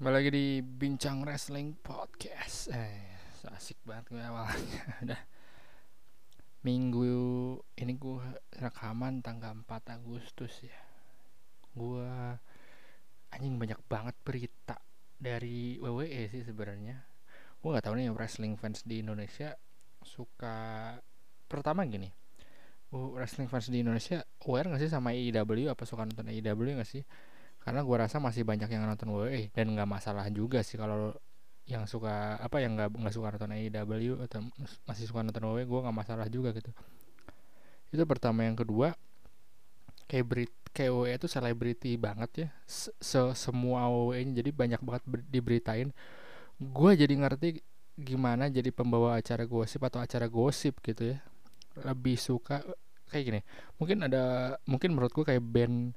Kembali lagi di Bincang Wrestling Podcast. So asik banget gue awalnya. Udah minggu ini gue rekaman tanggal 4 Agustus ya. Gue anjing banyak banget berita dari WWE sih sebenarnya. Gue nggak tahu nih wrestling fans di Indonesia suka. Pertama gini, wrestling fans di Indonesia aware nggak sih sama AEW? Apa suka nonton AEW nggak sih? Karena gue rasa masih banyak yang nonton WWE dan nggak masalah juga sih kalau yang suka apa yang nggak suka nonton AEW atau masih suka nonton WWE, gue nggak masalah juga gitu. Itu pertama. Yang kedua, kayak WWE itu selebriti banget ya, semua WWE nya, jadi banyak banget diberitain. Gue jadi ngerti gimana jadi pembawa acara gosip atau acara gosip gitu ya. Lebih suka kayak gini, mungkin menurut gue kayak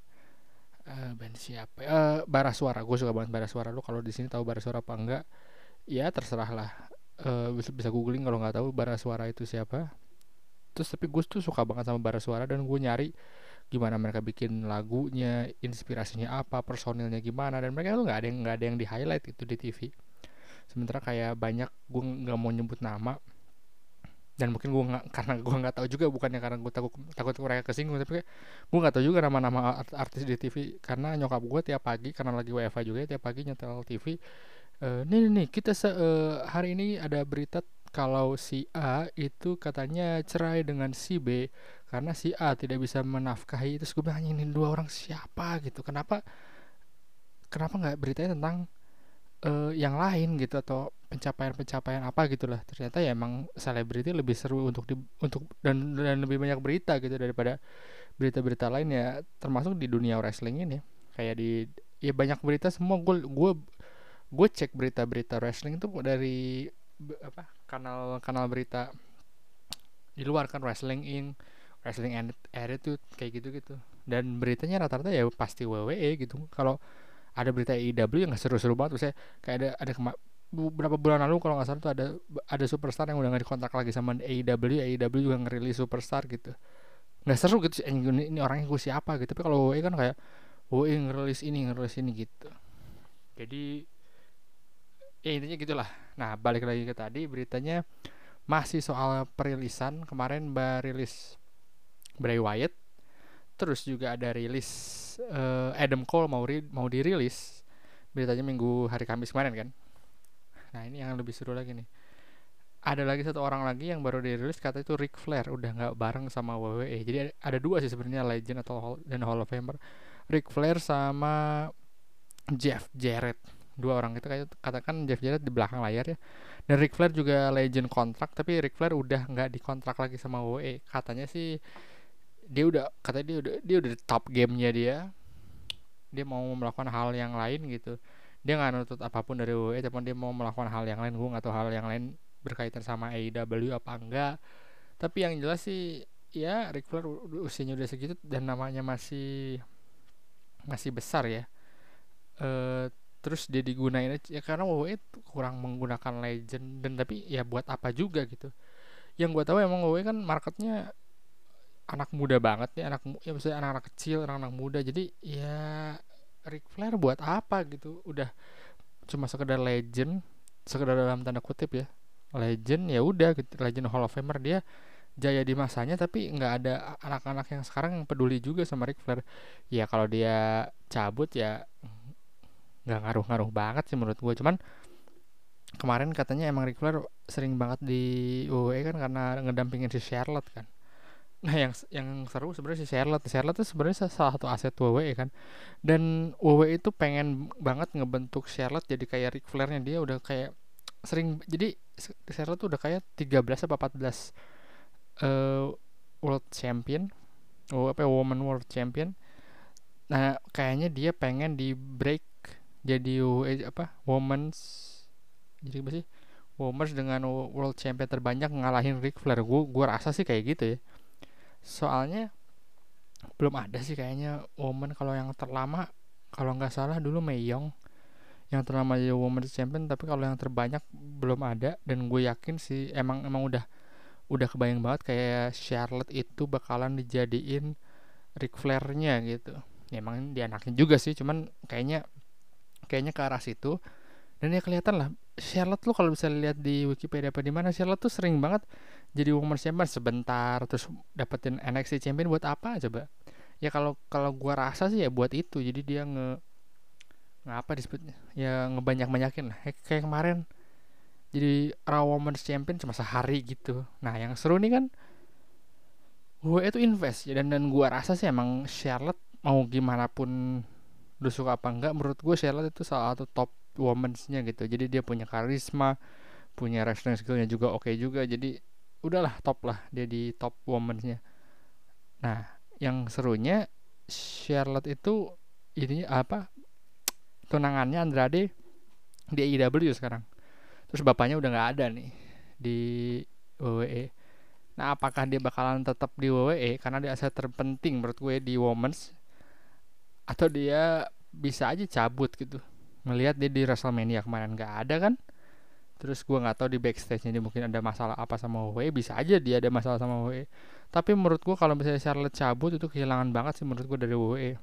band siapa Bara Suara. Gue suka banget Bara Suara. Lu kalau di sini tahu Bara Suara apa enggak ya terserah lah. Bisa googling kalau nggak tahu Bara Suara itu siapa. Terus tapi gue tuh suka banget sama Bara Suara dan gue nyari gimana mereka bikin lagunya, inspirasinya apa, personilnya gimana, dan mereka tuh nggak ada yang di highlight itu di TV. Sementara kayak banyak, gue nggak mau nyebut nama dan mungkin gue nggak, karena gue nggak tahu juga, bukannya karena gue takut mereka kesinggung, tapi kayak gue nggak tahu juga nama-nama artis di TV. Karena nyokap gue tiap pagi, karena lagi WFA juga ya, tiap pagi nyetel TV. Nih kita hari ini ada berita kalau si A itu katanya cerai dengan si B karena si A tidak bisa menafkahi. Terus gue bilang, ini dua orang siapa gitu, kenapa nggak beritanya tentang yang lain gitu, atau pencapaian apa gitulah. Ternyata ya emang selebriti lebih seru untuk dan lebih banyak berita gitu daripada berita-berita lain ya, termasuk di dunia wrestling ini. Kayak ya banyak berita semua. Gue cek berita-berita wrestling itu dari kanal berita di luar kan, Wrestling Inc, Wrestling Attitude, kayak gitu-gitu. Dan beritanya rata-rata ya pasti WWE gitu. Kalau ada berita AEW yang nggak seru-seru banget, misalnya kayak beberapa bulan lalu kalau nggak salah tuh ada superstar yang udah nggak dikontrak lagi sama AEW juga ngerilis superstar gitu. Nggak seru gitu sih, ini orangnya gue siapa gitu. Tapi kalau WWE kan kayak WWE ngerilis ini gitu. Jadi ya intinya gitulah. Nah, balik lagi ke tadi, beritanya masih soal perilisan. Kemarin rilis Bray Wyatt, terus juga ada rilis Adam Cole mau dirilis. Beritanya hari Kamis kemarin kan. Nah, ini yang lebih seru lagi nih. Ada lagi satu orang lagi yang baru dirilis, kata itu Ric Flair udah nggak bareng sama WWE. Jadi ada dua sih sebenarnya, Legend dan Hall of Famer. Ric Flair sama Jeff Jarrett. Dua orang itu kayak katakan Jeff Jarrett di belakang layar ya. Dan Ric Flair juga legend kontrak, tapi Ric Flair udah nggak dikontrak lagi sama WWE. Katanya sih dia udah top gamenya dia mau melakukan hal yang lain gitu. Dia nggak nuntut apapun dari WWE, tapi dia mau melakukan hal yang lain. Gue nggak tahu hal yang lain berkaitan sama AEW apa enggak. Tapi yang jelas sih ya, Ric Flair usianya udah segitu dan namanya masih besar ya. Terus dia digunain ya karena WWE kurang menggunakan legend, dan tapi ya buat apa juga gitu. Yang gue tahu emang WWE kan marketnya anak muda banget ya, ya maksudnya anak-anak kecil, anak-anak muda. Jadi ya Ric Flair buat apa gitu, udah cuma sekedar legend, sekedar dalam tanda kutip ya, legend ya udah gitu, legend Hall of Famer, dia jaya di masanya. Tapi nggak ada anak-anak yang sekarang yang peduli juga sama Ric Flair. Ya kalau dia cabut ya nggak ngaruh-ngaruh banget sih menurut gue. Cuman kemarin katanya emang Ric Flair sering banget di WWE kan karena ngedampingin si Charlotte kan. Nah, yang seru sebenarnya si Charlotte tuh sebenarnya salah satu aset WWE kan. Dan WWE itu pengen banget ngebentuk Charlotte jadi kayak Ric Flair-nya. Dia udah kayak jadi Charlotte tuh udah kayak 13 apa 14 World Champion, Women World Champion. Nah, kayaknya dia pengen di break jadi Women's, jadi apa sih, Women's dengan World Champion terbanyak ngalahin Ric Flair. Gue rasa sih kayak gitu ya. Soalnya belum ada sih kayaknya woman. Kalau yang terlama, kalau nggak salah dulu Mae Young yang terlama jadi Women's Champion, tapi kalau yang terbanyak belum ada. Dan gue yakin sih emang udah kebayang banget kayak Charlotte itu bakalan dijadiin Ric Flair-nya gitu. Ya, emang dia anaknya juga sih, cuman kayaknya ke arah situ. Dan ya kelihatan lah, Charlotte lu kalau bisa lihat di Wikipedia apa di mana, Charlotte tuh sering banget jadi Women's Champion sebentar terus dapetin NXT Champion buat apa coba? Ya kalau kalau gua rasa sih ya buat itu. Jadi dia ngapa disebutnya? Ya ngebanyak-banyakin lah. Kayak kemarin jadi Raw Women's Champion cuma sehari gitu. Nah, yang seru nih kan gue itu invest ya, dan gua rasa sih emang Charlotte mau gimana pun lu suka apa enggak, menurut gue Charlotte itu salah satu top women's-nya gitu. Jadi dia punya karisma, punya wrestling skill-nya juga oke juga. Jadi udahlah top lah dia di top women's-nya. Nah, yang serunya Charlotte itu ini apa? Tunangannya Andrade di AEW sekarang. Terus bapaknya udah nggak ada nih di WWE. Nah, apakah dia bakalan tetap di WWE karena dia aset terpenting menurut gue di women's, atau dia bisa aja cabut gitu? Ngelihat dia di WrestleMania kemarin nggak ada kan? Terus gue nggak tahu di backstage-nya dia mungkin ada masalah apa sama WWE, bisa aja dia ada masalah sama WWE. Tapi menurut gue kalau misalnya Charlotte cabut itu kehilangan banget sih menurut gue dari WWE.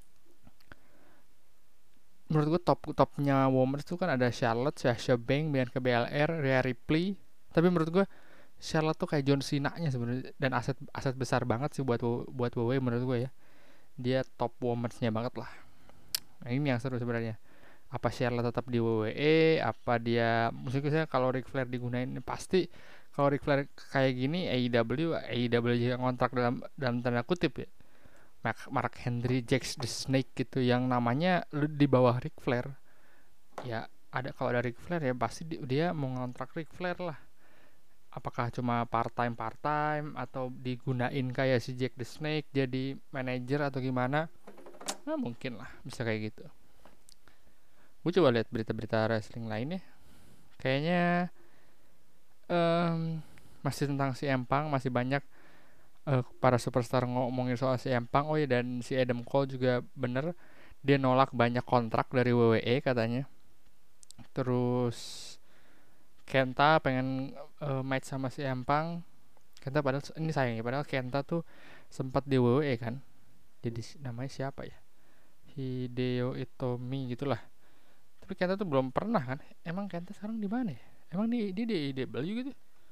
Menurut gue topnya Women's itu kan ada Charlotte, Sasha Banks, Bianca Belair, Rhea Ripley. Tapi menurut gue Charlotte tuh kayak John Cena-nya sebenarnya, dan aset aset besar banget sih buat WWE menurut gue ya. Dia top Women's-nya banget lah. Nah, ini yang seru sebenarnya. Apa Charlotte tetap di WWE, apa dia maksudnya kalau Ric Flair digunain pasti, kalau Ric Flair kayak gini AEW yang kontrak dalam tanda kutip ya. Mark Henry, Jax the Snake gitu yang namanya di bawah Ric Flair. Ya ada, kalau ada Ric Flair ya pasti dia mau ngontrak Ric Flair lah. Apakah cuma part time atau digunain kayak si Jack the Snake jadi manajer atau gimana? Nah, mungkin lah bisa kayak gitu. Gue coba lihat berita-berita wrestling lainnya. Kayaknya masih tentang si Empang, masih banyak para superstar ngomongin soal si Empang. Oh ya, dan si Adam Cole juga bener, dia nolak banyak kontrak dari WWE katanya. Terus Kenta pengen match sama si Empang. Kenta padahal ini sayangnya, padahal Kenta tuh sempat di WWE kan. Jadi namanya siapa ya? Hideo Itami gitulah. Tapi Kenta tuh belum pernah kan? Emang Kenta sekarang di mana ya? Emang dia di AEW gitu?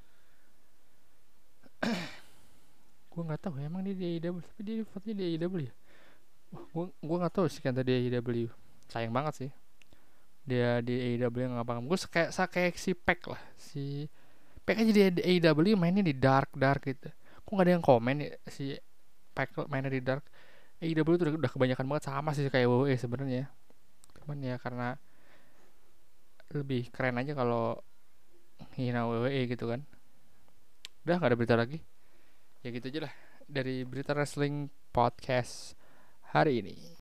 Gue nggak tahu. Emang dia di AEW, tapi dia fotonya di AEW ya? Gue nggak tahu sih Kenta di AEW. Sayang banget sih. Dia di AEW yang ngapa-ngapa. Gue kayak si Pac lah. Si Pac aja di AEW mainnya di dark gitu. Kok nggak ada yang komen ya si Pac mainnya di dark? AEW tuh udah kebanyakan banget sama sih kayak WWE sebenarnya. Cuman ya karena lebih keren aja kalau hina WWE gitu kan. Udah gak ada berita lagi. Ya gitu aja lah dari berita wrestling podcast hari ini.